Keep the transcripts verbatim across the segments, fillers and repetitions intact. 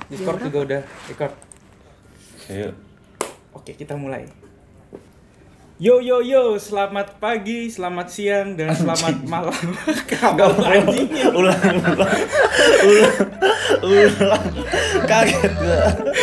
Discord juga udah record. Ayo. Oke, kita mulai. Yo yo yo, selamat pagi, selamat siang, dan selamat malam. Kamu anjing. Ulang, ulang, ulang, ulang. Kaget gua.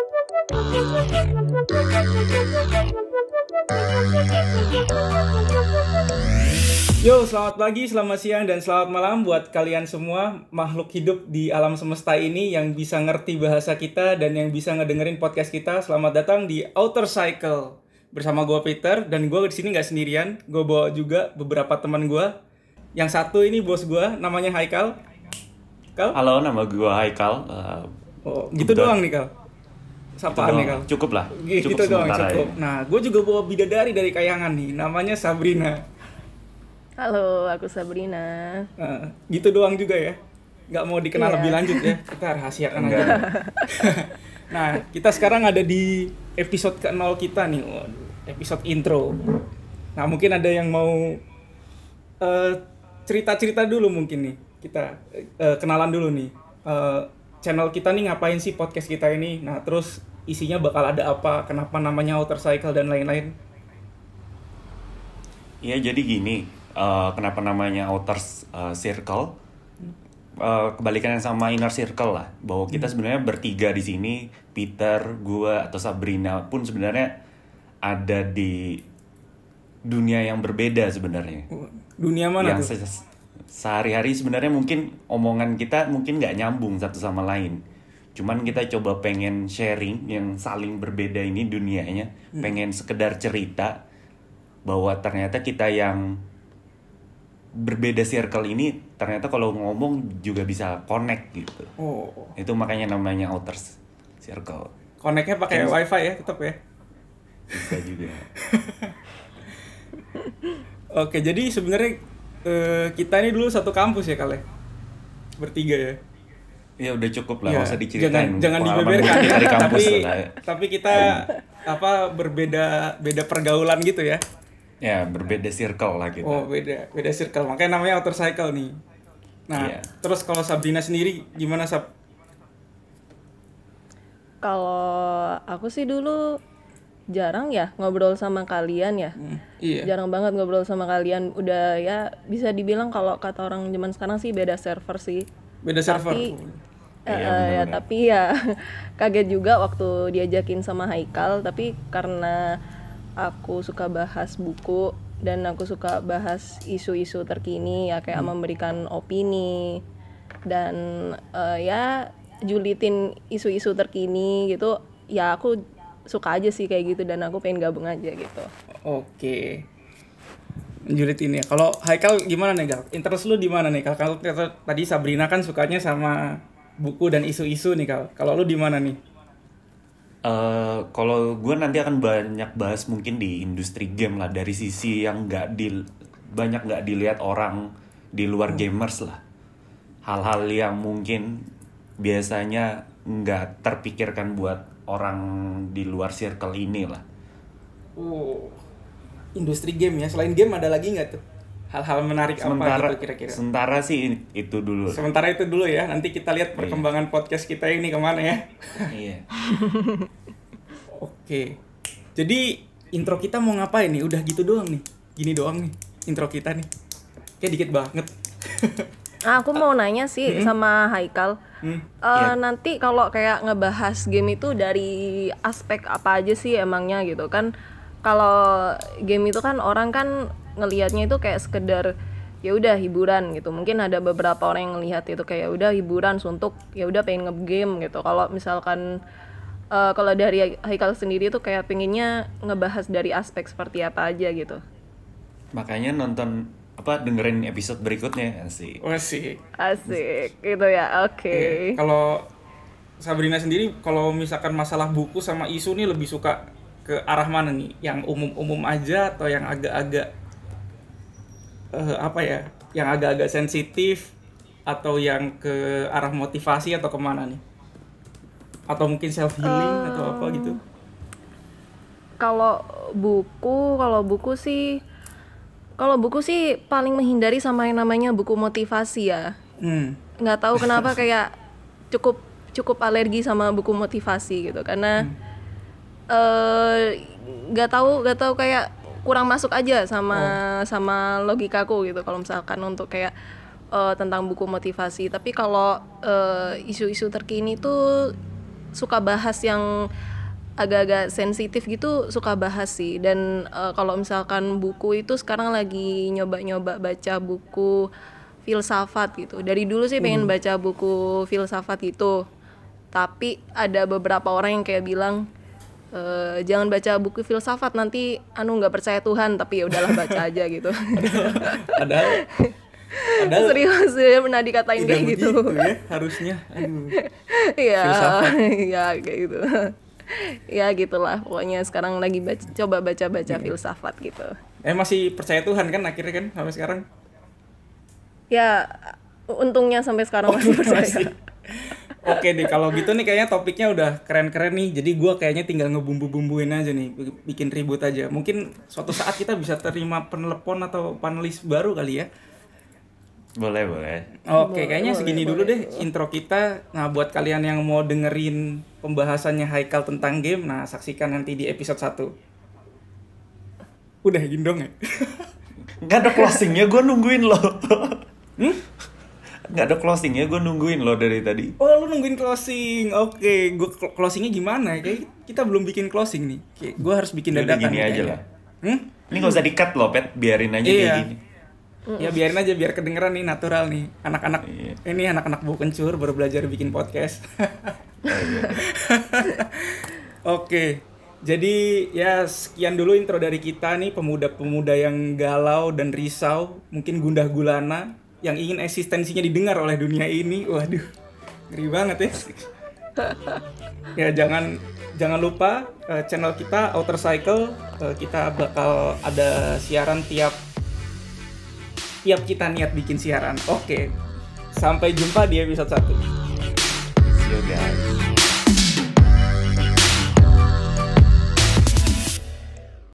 Yo, selamat pagi, selamat siang, dan selamat malam buat kalian semua makhluk hidup di alam semesta ini yang bisa ngerti bahasa kita dan yang bisa ngedengerin podcast kita. Selamat datang di Outer Cycle bersama gue Peter, dan gue di sini nggak sendirian. Gue bawa juga beberapa teman gue. Yang satu ini bos gue, namanya Haikal. Kal? Halo, nama gua Haikal. Uh, Oh, gitu udah. doang nih Kal. Sapaan nih Kal. Cukup lah. Gitu Cukup doang, sementara cukup. ya. Nah, gue juga bawa bidadari dari Kayangan nih, namanya Sabrina. Halo, aku Sabrina. Nah, gitu doang juga ya. Nggak mau dikenal Iya. lebih lanjut ya. Kita rahasiakan aja. Enggak. Nah, kita sekarang ada di episode ke nol kita nih. Waduh, episode intro. Nah, mungkin ada yang mau eh, cerita-cerita dulu mungkin nih. Kita eh, kenalan dulu nih. Eh, channel kita nih ngapain sih, podcast kita ini. Nah, terus isinya bakal ada apa, kenapa namanya Outer Cycle dan lain-lain. Iya, jadi gini. Uh, kenapa namanya Outer uh, Circle? Uh, kebalikannya sama Inner Circle lah. Bahwa kita sebenarnya bertiga di sini, Peter, gua atau Sabrina pun sebenarnya ada di dunia yang berbeda sebenarnya. Dunia mana yang tuh? se- sehari-hari sebenarnya mungkin omongan kita mungkin nggak nyambung satu sama lain. Cuman kita coba pengen sharing yang saling berbeda ini dunianya, Hmm. pengen sekedar cerita bahwa ternyata kita yang berbeda circle ini ternyata kalau ngomong juga bisa connect gitu. Oh, Itu makanya namanya Outer Circle. connect-nya pakai Terus- wifi ya, tetap ya. Bisa juga. Oke, jadi sebenarnya eh, kita ini dulu satu kampus ya kali, bertiga ya. Ya udah cukup lah, Ya, nggak usah diceritain. Jangan jangan pengalaman dibeberkan kita ya. dari kampus tapi lah. tapi kita apa berbeda beda pergaulan gitu ya. Ya berbeda circle lah gitu. Oh, beda beda circle. Makanya namanya Outer Cycle nih. Nah, Iya. terus kalau Sabrina sendiri gimana Sab? Kalau aku sih dulu jarang ya ngobrol sama kalian ya. Hmm, iya. Jarang banget ngobrol sama kalian. Udah ya bisa dibilang kalau kata orang zaman sekarang sih beda server sih. Beda server. Tapi Iya, eh, eh, ya benar-benar. tapi ya kaget juga waktu diajakin sama Haikal, tapi karena aku suka bahas buku dan aku suka bahas isu-isu terkini ya kayak memberikan opini dan eh, ya julitin isu-isu terkini gitu, ya aku suka aja sih kayak gitu dan aku pengen gabung aja gitu. Oke. Julid ini ya. Kalau Haikal gimana nih, Gal? Interest lu di mana nih? Kalau kalau kata- tadi Sabrina kan sukanya sama buku dan isu-isu nih, Kal. Kalau lu di mana nih? Eh, kalau gue nanti akan banyak bahas mungkin di industri game lah dari sisi yang nggak di banyak nggak dilihat orang di luar gamers lah. Hal-hal yang mungkin biasanya nggak terpikirkan buat orang di luar circle ini lah. Oh, industri game ya. Selain game ada lagi nggak tuh hal-hal menarik Sementara apa gitu kira-kira? sementara sih itu dulu. lah. Sementara itu dulu ya. Nanti kita lihat perkembangan podcast kita ini kemana ya. Iya. Oke. Jadi intro kita mau ngapain nih? Udah gitu doang nih. Gini doang nih intro kita nih. Kayak dikit banget. Ah, aku mau nanya sih sama Haikal. Hmm. Eh, Nanti kalau kayak ngebahas game itu dari aspek apa aja sih emangnya gitu kan? Kalau game itu kan orang kan ngelihatnya itu kayak sekedar ya udah hiburan gitu. Mungkin ada beberapa orang yang ngelihat itu kayak udah hiburan suntuk, ya udah pengen nge-game gitu. Kalau misalkan eh, kalau dari Haikal sendiri tuh kayak pengennya ngebahas dari aspek seperti apa aja gitu. Makanya nonton apa dengerin episode berikutnya sih. Wah sih. Asik gitu ya. Oke. Iya. Kalau Sabrina sendiri, kalau misalkan masalah buku sama isu nih lebih suka ke arah mana nih? Yang umum-umum aja atau yang agak-agak eh, apa ya? Yang agak-agak sensitif atau yang ke arah motivasi atau kemana nih? Atau mungkin self healing atau apa gitu? Kalau buku, kalau buku sih, kalau buku sih paling menghindari sama yang namanya buku motivasi ya. Hmm. Nggak tahu kenapa kayak cukup cukup alergi sama buku motivasi gitu karena nggak hmm. uh, tahu nggak tahu kayak kurang masuk aja sama oh. sama logikaku gitu kalau misalkan untuk kayak uh, tentang buku motivasi. Tapi kalau uh, isu-isu terkini tuh suka bahas yang agak-agak sensitif gitu, suka bahas sih. Dan uh, kalau misalkan buku itu sekarang lagi nyoba-nyoba baca buku filsafat gitu. Dari dulu sih pengen baca buku filsafat gitu, tapi ada beberapa orang yang kayak bilang e, jangan baca buku filsafat nanti anu nggak percaya Tuhan, tapi ya udahlah baca aja gitu. Padahal, padahal serius ya pernah dikatain kayak gitu. Ya, harusnya. Aduh. Iya, ya kayak gitu. Ya gitulah, pokoknya sekarang lagi baca, coba baca-baca filsafat gitu. Eh masih percaya Tuhan kan akhirnya kan sampai sekarang? Ya untungnya sampai sekarang oh, masih percaya. Masih. Oke deh, kalau gitu nih kayaknya topiknya udah keren-keren nih. Jadi gue kayaknya tinggal ngebumbu-bumbuin aja nih, bikin ribut aja. Mungkin suatu saat kita bisa terima penelepon atau panelis baru kali ya. Boleh, boleh. Oke, kayaknya boleh, segini boleh, dulu boleh. deh intro kita. Nah, buat kalian yang mau dengerin pembahasannya Haikal tentang game, nah saksikan nanti di episode satu. Udah gini dong ya? Nggak ada closingnya, gue nungguin lo. Hmm? Nggak ada closingnya, gue nungguin lo dari tadi. Oh, lu nungguin closing. Oke, gue closingnya gimana? Kayak kita belum bikin closing nih. Kayak gue harus bikin Udah dadakan. Gini aja lah. Hmm? Ini nggak usah di-cut loh, Pet. Biarin aja iya. kayak gini. Ya biarin aja, biar kedengeran nih, natural nih. Anak-anak, iya. Ini anak-anak bau kencur baru belajar bikin podcast. Oh, iya. Oke. Jadi ya sekian dulu intro dari kita nih, pemuda-pemuda yang galau dan risau, mungkin gundah gulana, yang ingin eksistensinya didengar oleh dunia ini. Waduh, ngeri banget ya. Ya jangan jangan lupa uh, channel kita Outer Cycle, uh, kita bakal ada siaran tiap tiap kita niat bikin siaran. Oke, sampai jumpa di episode satu. See you guys.